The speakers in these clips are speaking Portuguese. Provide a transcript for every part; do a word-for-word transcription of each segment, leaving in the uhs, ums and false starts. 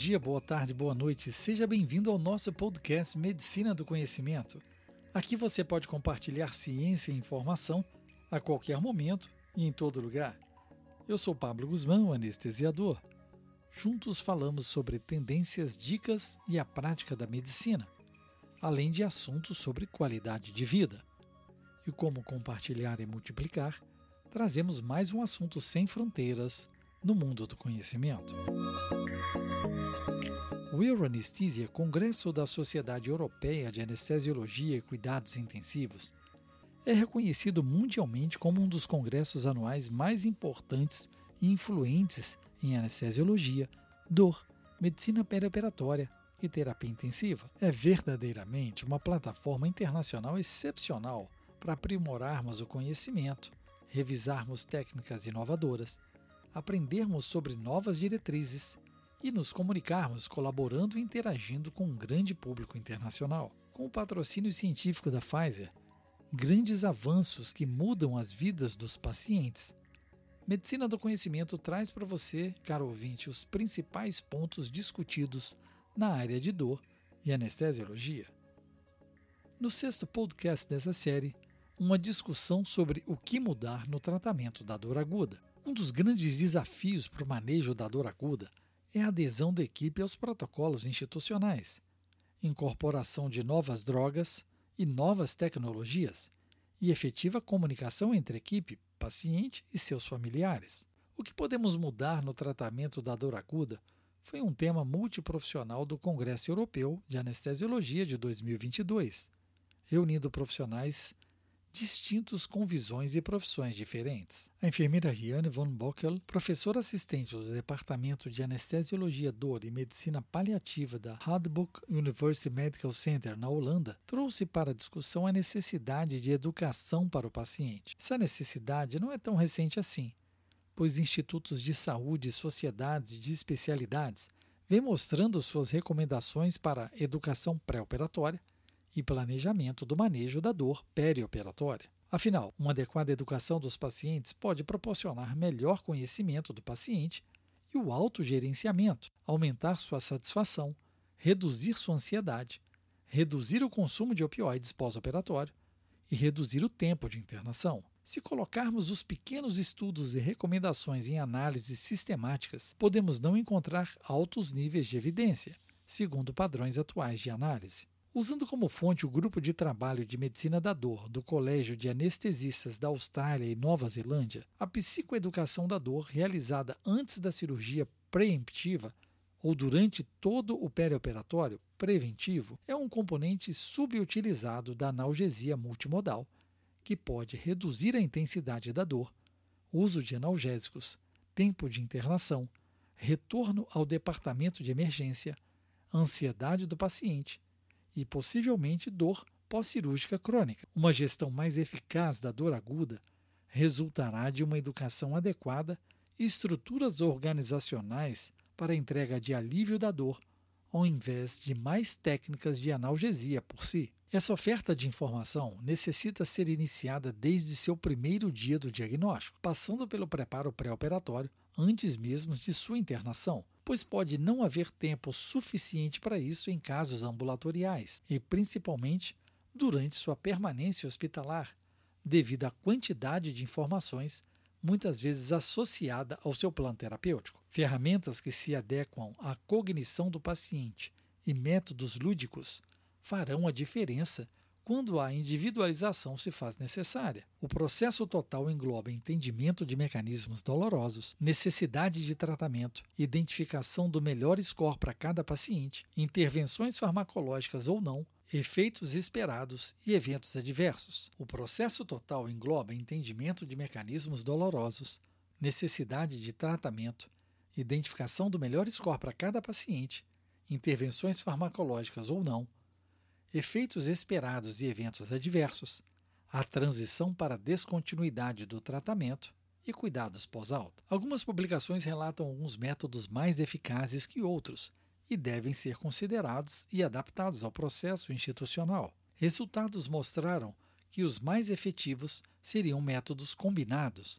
dia, boa tarde, boa noite. Seja bem-vindo ao nosso podcast Medicina do Conhecimento. Aqui você pode compartilhar ciência e informação a qualquer momento e em todo lugar. Eu sou Pablo Guzmán, o anestesiador. Juntos falamos sobre tendências, dicas e a prática da medicina, além de assuntos sobre qualidade de vida. E como compartilhar e multiplicar, trazemos mais um assunto sem fronteiras no mundo do conhecimento. O Euroanesthesia, Congresso da Sociedade Europeia de Anestesiologia e Cuidados Intensivos, é reconhecido mundialmente como um dos congressos anuais mais importantes e influentes em anestesiologia, dor, medicina perioperatória e terapia intensiva. É verdadeiramente uma plataforma internacional excepcional para aprimorarmos o conhecimento, revisarmos técnicas inovadoras, aprendermos sobre novas diretrizes e nos comunicarmos colaborando e interagindo com um grande público internacional. Com o patrocínio científico da Pfizer, grandes avanços que mudam as vidas dos pacientes, Medicina do Conhecimento traz para você, caro ouvinte, os principais pontos discutidos na área de dor e anestesiologia. No sexto podcast dessa série, uma discussão sobre o que mudar no tratamento da dor aguda. Um dos grandes desafios para o manejo da dor aguda é a adesão da equipe aos protocolos institucionais, incorporação de novas drogas e novas tecnologias e efetiva comunicação entre equipe, paciente e seus familiares. O que podemos mudar no tratamento da dor aguda foi um tema multiprofissional do Congresso Europeu de Anestesiologia de dois mil e vinte e dois, reunindo profissionais distintos com visões e profissões diferentes. A enfermeira Rianne von Bockel, professora assistente do Departamento de Anestesiologia, Dor e Medicina Paliativa da Radboud University Medical Center, na Holanda, trouxe para a discussão a necessidade de educação para o paciente. Essa necessidade não é tão recente assim, pois institutos de saúde e sociedades de especialidades vêm mostrando suas recomendações para educação pré-operatória e planejamento do manejo da dor perioperatória. Afinal, uma adequada educação dos pacientes pode proporcionar melhor conhecimento do paciente e o autogerenciamento, aumentar sua satisfação, reduzir sua ansiedade, reduzir o consumo de opioides pós-operatório e reduzir o tempo de internação. Se colocarmos os pequenos estudos e recomendações em análises sistemáticas, podemos não encontrar altos níveis de evidência, segundo padrões atuais de análise. Usando como fonte o Grupo de Trabalho de Medicina da Dor do Colégio de Anestesistas da Austrália e Nova Zelândia, a psicoeducação da dor realizada antes da cirurgia preemptiva ou durante todo o perioperatório preventivo é um componente subutilizado da analgesia multimodal, que pode reduzir a intensidade da dor, uso de analgésicos, tempo de internação, retorno ao departamento de emergência, ansiedade do paciente e possivelmente dor pós-cirúrgica crônica. Uma gestão mais eficaz da dor aguda resultará de uma educação adequada e estruturas organizacionais para a entrega de alívio da dor, ao invés de mais técnicas de analgesia por si. Essa oferta de informação necessita ser iniciada desde seu primeiro dia do diagnóstico, passando pelo preparo pré-operatório antes mesmo de sua internação, pois pode não haver tempo suficiente para isso em casos ambulatoriais e, principalmente, durante sua permanência hospitalar, devido à quantidade de informações muitas vezes associada ao seu plano terapêutico. Ferramentas que se adequam à cognição do paciente e métodos lúdicos farão a diferença quando a individualização se faz necessária. O processo total engloba entendimento de mecanismos dolorosos, necessidade de tratamento, identificação do melhor score para cada paciente, intervenções farmacológicas ou não, efeitos esperados e eventos adversos. O processo total engloba entendimento de mecanismos dolorosos, necessidade de tratamento, identificação do melhor score para cada paciente, intervenções farmacológicas ou não, efeitos esperados e eventos adversos, a transição para a descontinuidade do tratamento e cuidados pós-alta. Algumas publicações relatam alguns métodos mais eficazes que outros e devem ser considerados e adaptados ao processo institucional. Resultados mostraram que os mais efetivos seriam métodos combinados,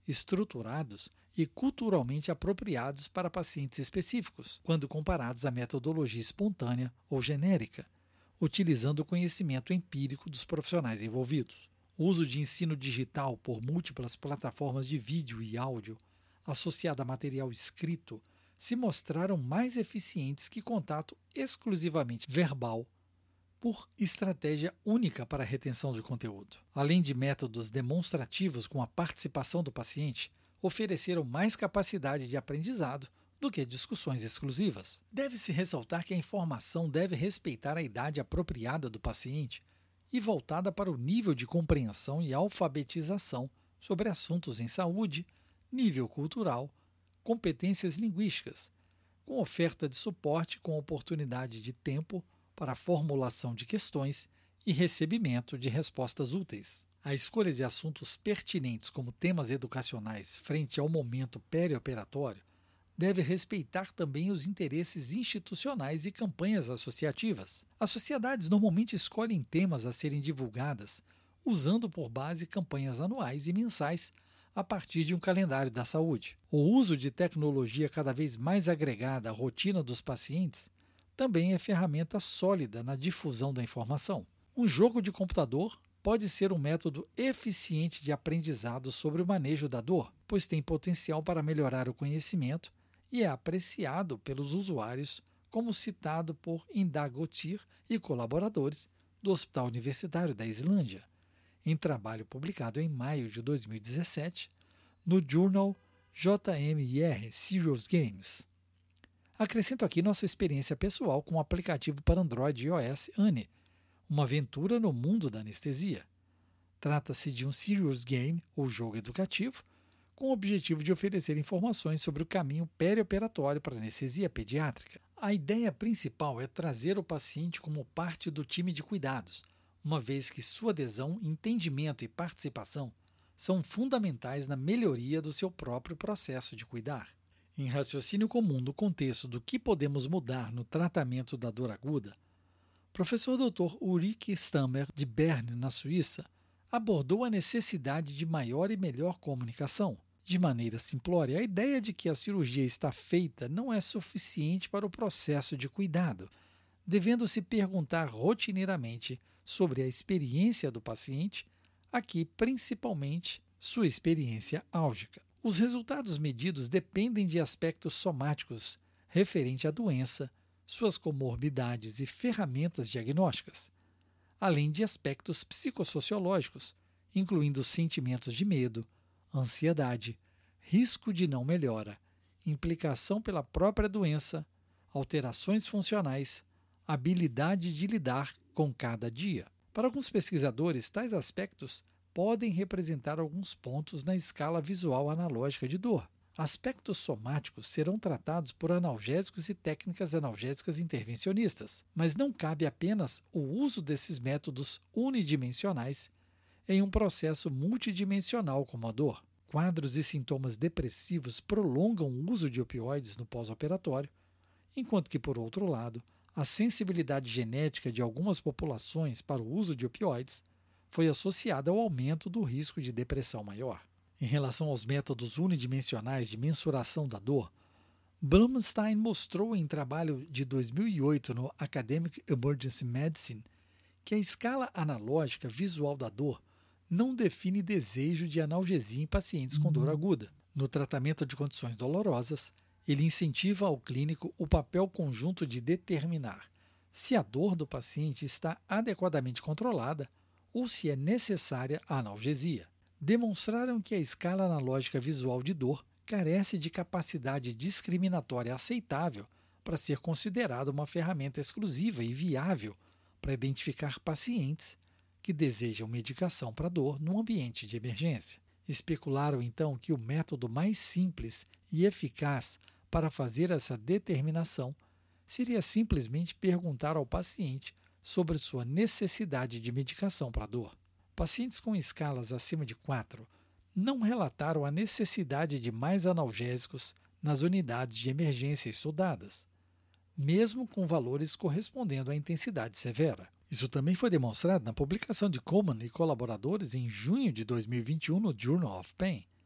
estruturados e culturalmente apropriados para pacientes específicos, quando comparados à metodologia espontânea ou genérica, utilizando o conhecimento empírico dos profissionais envolvidos. O uso de ensino digital por múltiplas plataformas de vídeo e áudio, associado a material escrito, se mostraram mais eficientes que contato exclusivamente verbal, por estratégia única para a retenção de conteúdo. Além de métodos demonstrativos com a participação do paciente, ofereceram mais capacidade de aprendizado do que discussões exclusivas. Deve-se ressaltar que a informação deve respeitar a idade apropriada do paciente e voltada para o nível de compreensão e alfabetização sobre assuntos em saúde, nível cultural, competências linguísticas, com oferta de suporte com oportunidade de tempo para a formulação de questões e recebimento de respostas úteis. A escolha de assuntos pertinentes como temas educacionais frente ao momento perioperatório deve respeitar também os interesses institucionais e campanhas associativas. As sociedades normalmente escolhem temas a serem divulgadas usando por base campanhas anuais e mensais a partir de um calendário da saúde. O uso de tecnologia cada vez mais agregada à rotina dos pacientes também é ferramenta sólida na difusão da informação. Um jogo de computador pode ser um método eficiente de aprendizado sobre o manejo da dor, pois tem potencial para melhorar o conhecimento e é apreciado pelos usuários, como citado por Indagotir e colaboradores do Hospital Universitário da Islândia, em trabalho publicado em maio de dois mil e dezessete no Journal J M I R Serious Games. Acrescento aqui nossa experiência pessoal com o aplicativo para Android e iOS Anne, uma aventura no mundo da anestesia. Trata-se de um serious game ou jogo educativo com o objetivo de oferecer informações sobre o caminho perioperatório para anestesia pediátrica. A ideia principal é trazer o paciente como parte do time de cuidados, uma vez que sua adesão, entendimento e participação são fundamentais na melhoria do seu próprio processo de cuidar. Em raciocínio comum no contexto do que podemos mudar no tratamento da dor aguda, o professor doutor Ulrike Stammer, de Bern, na Suíça, abordou a necessidade de maior e melhor comunicação. De maneira simplória, a ideia de que a cirurgia está feita não é suficiente para o processo de cuidado, devendo-se perguntar rotineiramente sobre a experiência do paciente, aqui principalmente sua experiência álgica. Os resultados medidos dependem de aspectos somáticos referente à doença, suas comorbidades e ferramentas diagnósticas, além de aspectos psicossociológicos, incluindo sentimentos de medo, ansiedade, risco de não melhora, implicação pela própria doença, alterações funcionais, habilidade de lidar com cada dia. Para alguns pesquisadores, tais aspectos podem representar alguns pontos na escala visual analógica de dor. Aspectos somáticos serão tratados por analgésicos e técnicas analgésicas intervencionistas, mas não cabe apenas o uso desses métodos unidimensionais em um processo multidimensional como a dor. Quadros e sintomas depressivos prolongam o uso de opioides no pós-operatório, enquanto que, por outro lado, a sensibilidade genética de algumas populações para o uso de opioides foi associada ao aumento do risco de depressão maior. Em relação aos métodos unidimensionais de mensuração da dor, Blumstein mostrou em trabalho de dois mil e oito no Academic Emergency Medicine que a escala analógica visual da dor não define desejo de analgesia em pacientes com dor aguda. No tratamento de condições dolorosas, ele incentiva ao clínico o papel conjunto de determinar se a dor do paciente está adequadamente controlada ou se é necessária a analgesia. Demonstraram que a escala analógica visual de dor carece de capacidade discriminatória aceitável para ser considerada uma ferramenta exclusiva e viável para identificar pacientes que desejam medicação para dor no ambiente de emergência. Especularam então que o método mais simples e eficaz para fazer essa determinação seria simplesmente perguntar ao paciente sobre sua necessidade de medicação para dor. Pacientes com escalas acima de quatro não relataram a necessidade de mais analgésicos nas unidades de emergência estudadas, mesmo com valores correspondendo à intensidade severa. Isso também foi demonstrado na publicação de Coleman e colaboradores em junho de dois mil e vinte e um no Journal of Pain,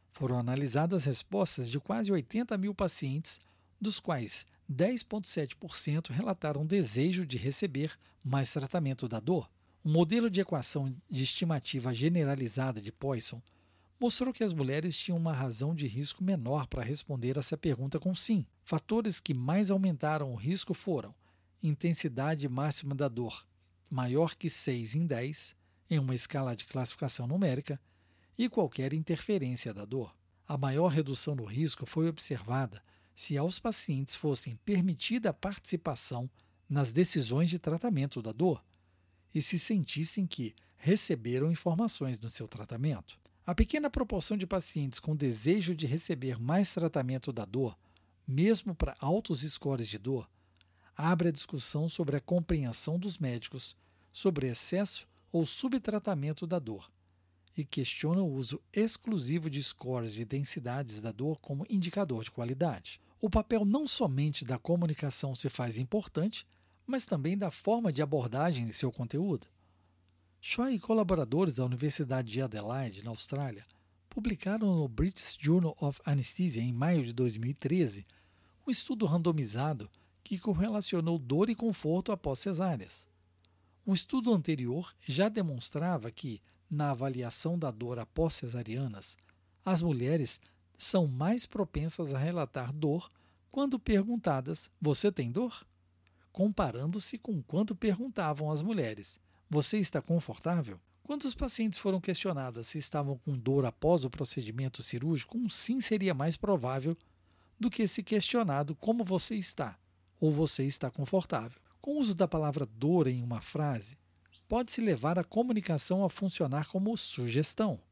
Foram analisadas respostas de quase oitenta mil pacientes, dos quais dez vírgula sete por cento relataram desejo de receber mais tratamento da dor. O modelo de equação de estimativa generalizada de Poisson mostrou que as mulheres tinham uma razão de risco menor para responder essa pergunta com sim. Fatores que mais aumentaram o risco foram intensidade máxima da dor maior que seis em dez, em uma escala de classificação numérica, e qualquer interferência da dor. A maior redução no risco foi observada se aos pacientes fossem permitida a participação nas decisões de tratamento da dor e se sentissem que receberam informações no seu tratamento. A pequena proporção de pacientes com desejo de receber mais tratamento da dor, mesmo para altos scores de dor, abre a discussão sobre a compreensão dos médicos sobre excesso ou subtratamento da dor e questiona o uso exclusivo de scores de densidades da dor como indicador de qualidade. O papel não somente da comunicação se faz importante, mas também da forma de abordagem de seu conteúdo. Choi e colaboradores da Universidade de Adelaide, na Austrália, publicaram no British Journal of Anesthesia em maio de dois mil e treze um estudo randomizado que correlacionou dor e conforto após cesáreas. Um estudo anterior já demonstrava que, na avaliação da dor após cesarianas, as mulheres são mais propensas a relatar dor quando perguntadas: "Você tem dor?", comparando-se com quando perguntavam às mulheres: "Você está confortável?". Quando os pacientes foram questionadas se estavam com dor após o procedimento cirúrgico, um sim seria mais provável do que se questionado como você está, ou você está confortável. Com o uso da palavra dor em uma frase, pode-se levar a comunicação a funcionar como sugestão.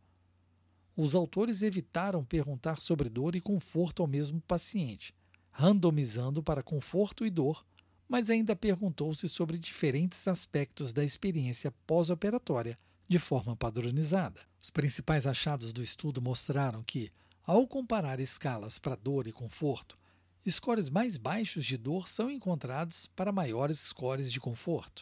Os autores evitaram perguntar sobre dor e conforto ao mesmo paciente, randomizando para conforto e dor, mas ainda perguntou-se sobre diferentes aspectos da experiência pós-operatória de forma padronizada. Os principais achados do estudo mostraram que, ao comparar escalas para dor e conforto, scores mais baixos de dor são encontrados para maiores scores de conforto.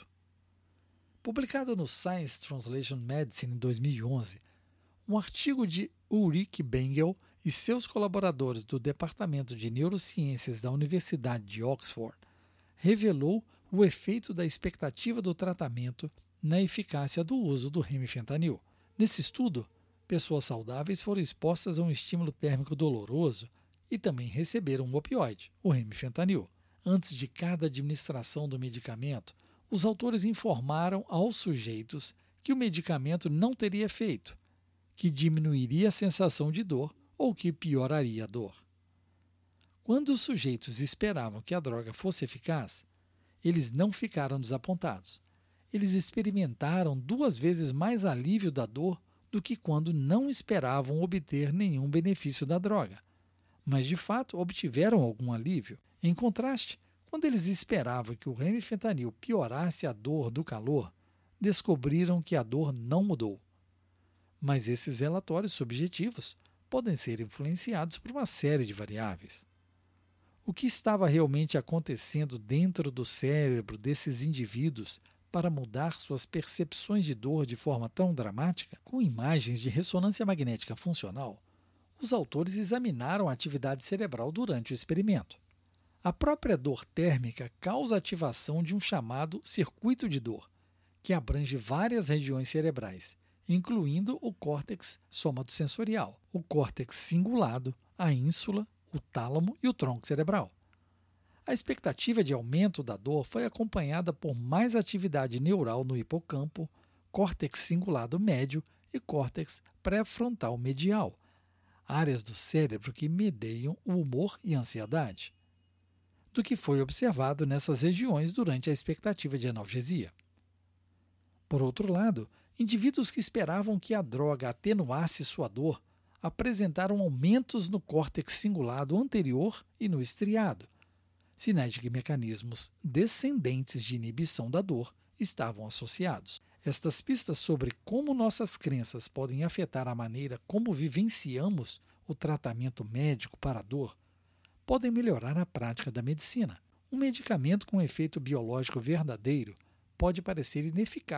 Publicado no Science Translation Medicine em dois mil e onze, um artigo de Ulrike Bengel e seus colaboradores do Departamento de Neurociências da Universidade de Oxford revelou o efeito da expectativa do tratamento na eficácia do uso do remifentanil. Nesse estudo, pessoas saudáveis foram expostas a um estímulo térmico doloroso e também receberam um opioide, o remifentanil. Antes de cada administração do medicamento, os autores informaram aos sujeitos que o medicamento não teria efeito, que diminuiria a sensação de dor ou que pioraria a dor. Quando os sujeitos esperavam que a droga fosse eficaz, eles não ficaram desapontados. Eles experimentaram duas vezes mais alívio da dor do que quando não esperavam obter nenhum benefício da droga, mas de fato obtiveram algum alívio. Em contraste, quando eles esperavam que o remifentanil piorasse a dor do calor, descobriram que a dor não mudou. Mas esses relatórios subjetivos podem ser influenciados por uma série de variáveis. O que estava realmente acontecendo dentro do cérebro desses indivíduos para mudar suas percepções de dor de forma tão dramática? Com imagens de ressonância magnética funcional, os autores examinaram a atividade cerebral durante o experimento. A própria dor térmica causa ativação de um chamado circuito de dor, que abrange várias regiões cerebrais, incluindo o córtex somatosensorial, o córtex cingulado, a ínsula, o tálamo e o tronco cerebral. A expectativa de aumento da dor foi acompanhada por mais atividade neural no hipocampo, córtex cingulado médio e córtex pré-frontal medial, áreas do cérebro que medeiam o humor e a ansiedade, do que foi observado nessas regiões durante a expectativa de analgesia. Por outro lado, indivíduos que esperavam que a droga atenuasse sua dor apresentaram aumentos no córtex cingulado anterior e no estriado, sinais de que mecanismos descendentes de inibição da dor estavam associados. Estas pistas sobre como nossas crenças podem afetar a maneira como vivenciamos o tratamento médico para a dor podem melhorar a prática da medicina. Um medicamento com efeito biológico verdadeiro pode parecer ineficaz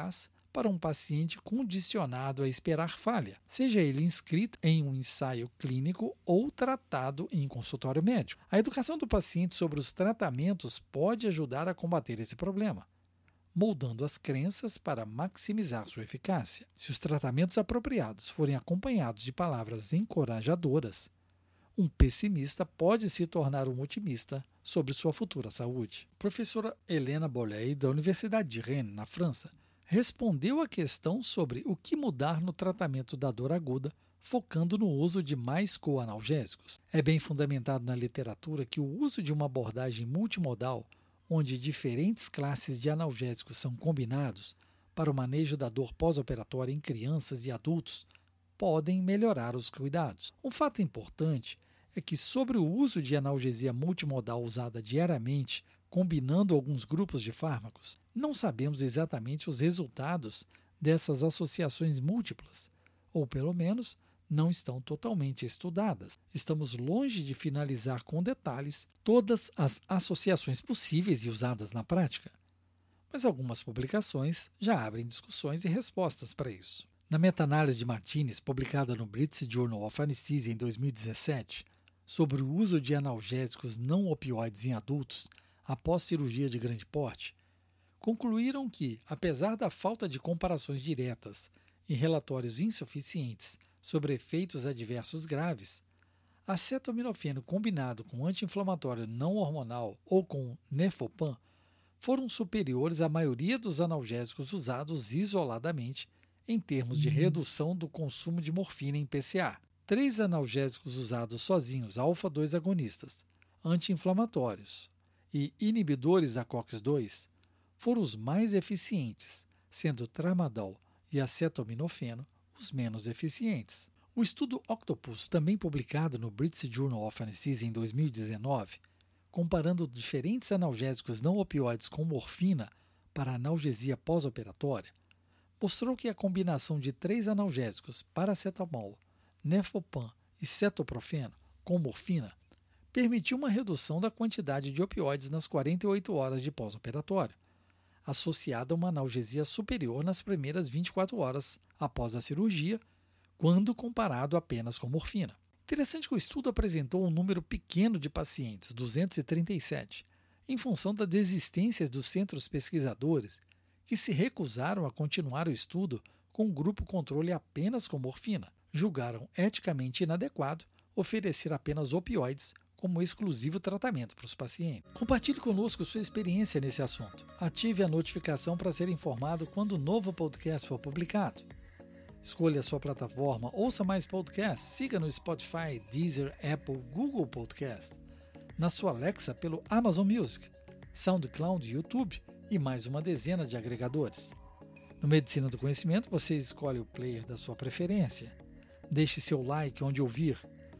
para um paciente condicionado a esperar falha, seja ele inscrito em um ensaio clínico ou tratado em consultório médico. A educação do paciente sobre os tratamentos pode ajudar a combater esse problema, moldando as crenças para maximizar sua eficácia. Se os tratamentos apropriados forem acompanhados de palavras encorajadoras, um pessimista pode se tornar um otimista sobre sua futura saúde. A professora Helena Bolley, da Universidade de Rennes, na França, respondeu à questão sobre o que mudar no tratamento da dor aguda, focando no uso de mais coanalgésicos. É bem fundamentado na literatura que o uso de uma abordagem multimodal, onde diferentes classes de analgésicos são combinados para o manejo da dor pós-operatória em crianças e adultos, podem melhorar os cuidados. Um fato importante é que sobre o uso de analgesia multimodal usada diariamente, combinando alguns grupos de fármacos, não sabemos exatamente os resultados dessas associações múltiplas, ou pelo menos não estão totalmente estudadas. Estamos longe de finalizar com detalhes todas as associações possíveis e usadas na prática, mas algumas publicações já abrem discussões e respostas para isso. Na meta-análise de Martinez, publicada no British Journal of Anesthesia em dois mil e dezessete, sobre o uso de analgésicos não opioides em adultos após cirurgia de grande porte, concluíram que, apesar da falta de comparações diretas e relatórios insuficientes sobre efeitos adversos graves, acetaminofeno combinado com anti-inflamatório não hormonal ou com Nefopam foram superiores à maioria dos analgésicos usados isoladamente em termos de redução do consumo de morfina em P C A. Três analgésicos usados sozinhos, alfa dois agonistas, anti-inflamatórios e inibidores da COX dois, foram os mais eficientes, sendo tramadol e acetaminofeno os menos eficientes. O estudo Octopus, também publicado no British Journal of Anesthesia em dois mil e dezenove, comparando diferentes analgésicos não opioides com morfina para analgesia pós-operatória, mostrou que a combinação de três analgésicos, paracetamol, Nefopam e cetoprofeno, com morfina, permitiu uma redução da quantidade de opioides nas quarenta e oito horas de pós-operatório, associada a uma analgesia superior nas primeiras vinte e quatro horas após a cirurgia, quando comparado apenas com morfina. Interessante que o estudo apresentou um número pequeno de pacientes, duzentos e trinta e sete, em função da desistência dos centros pesquisadores que se recusaram a continuar o estudo com um grupo controle apenas com morfina. Julgaram eticamente inadequado oferecer apenas opioides como exclusivo tratamento para os pacientes. Compartilhe conosco sua experiência nesse assunto. Ative a notificação para ser informado quando o novo podcast for publicado. Escolha a sua plataforma, ouça mais podcasts, siga no Spotify, Deezer, Apple, Google Podcast, na sua Alexa pelo Amazon Music, SoundCloud, YouTube e mais uma dezena de agregadores. No Medicina do Conhecimento, você escolhe o player da sua preferência. Deixe seu like onde ouvir.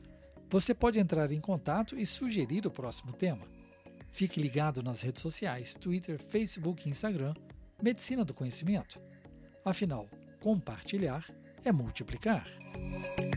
Você pode entrar em contato e sugerir o próximo tema. Fique ligado nas redes sociais, Twitter, Facebook e Instagram, Medicina do Conhecimento. Afinal, compartilhar é multiplicar.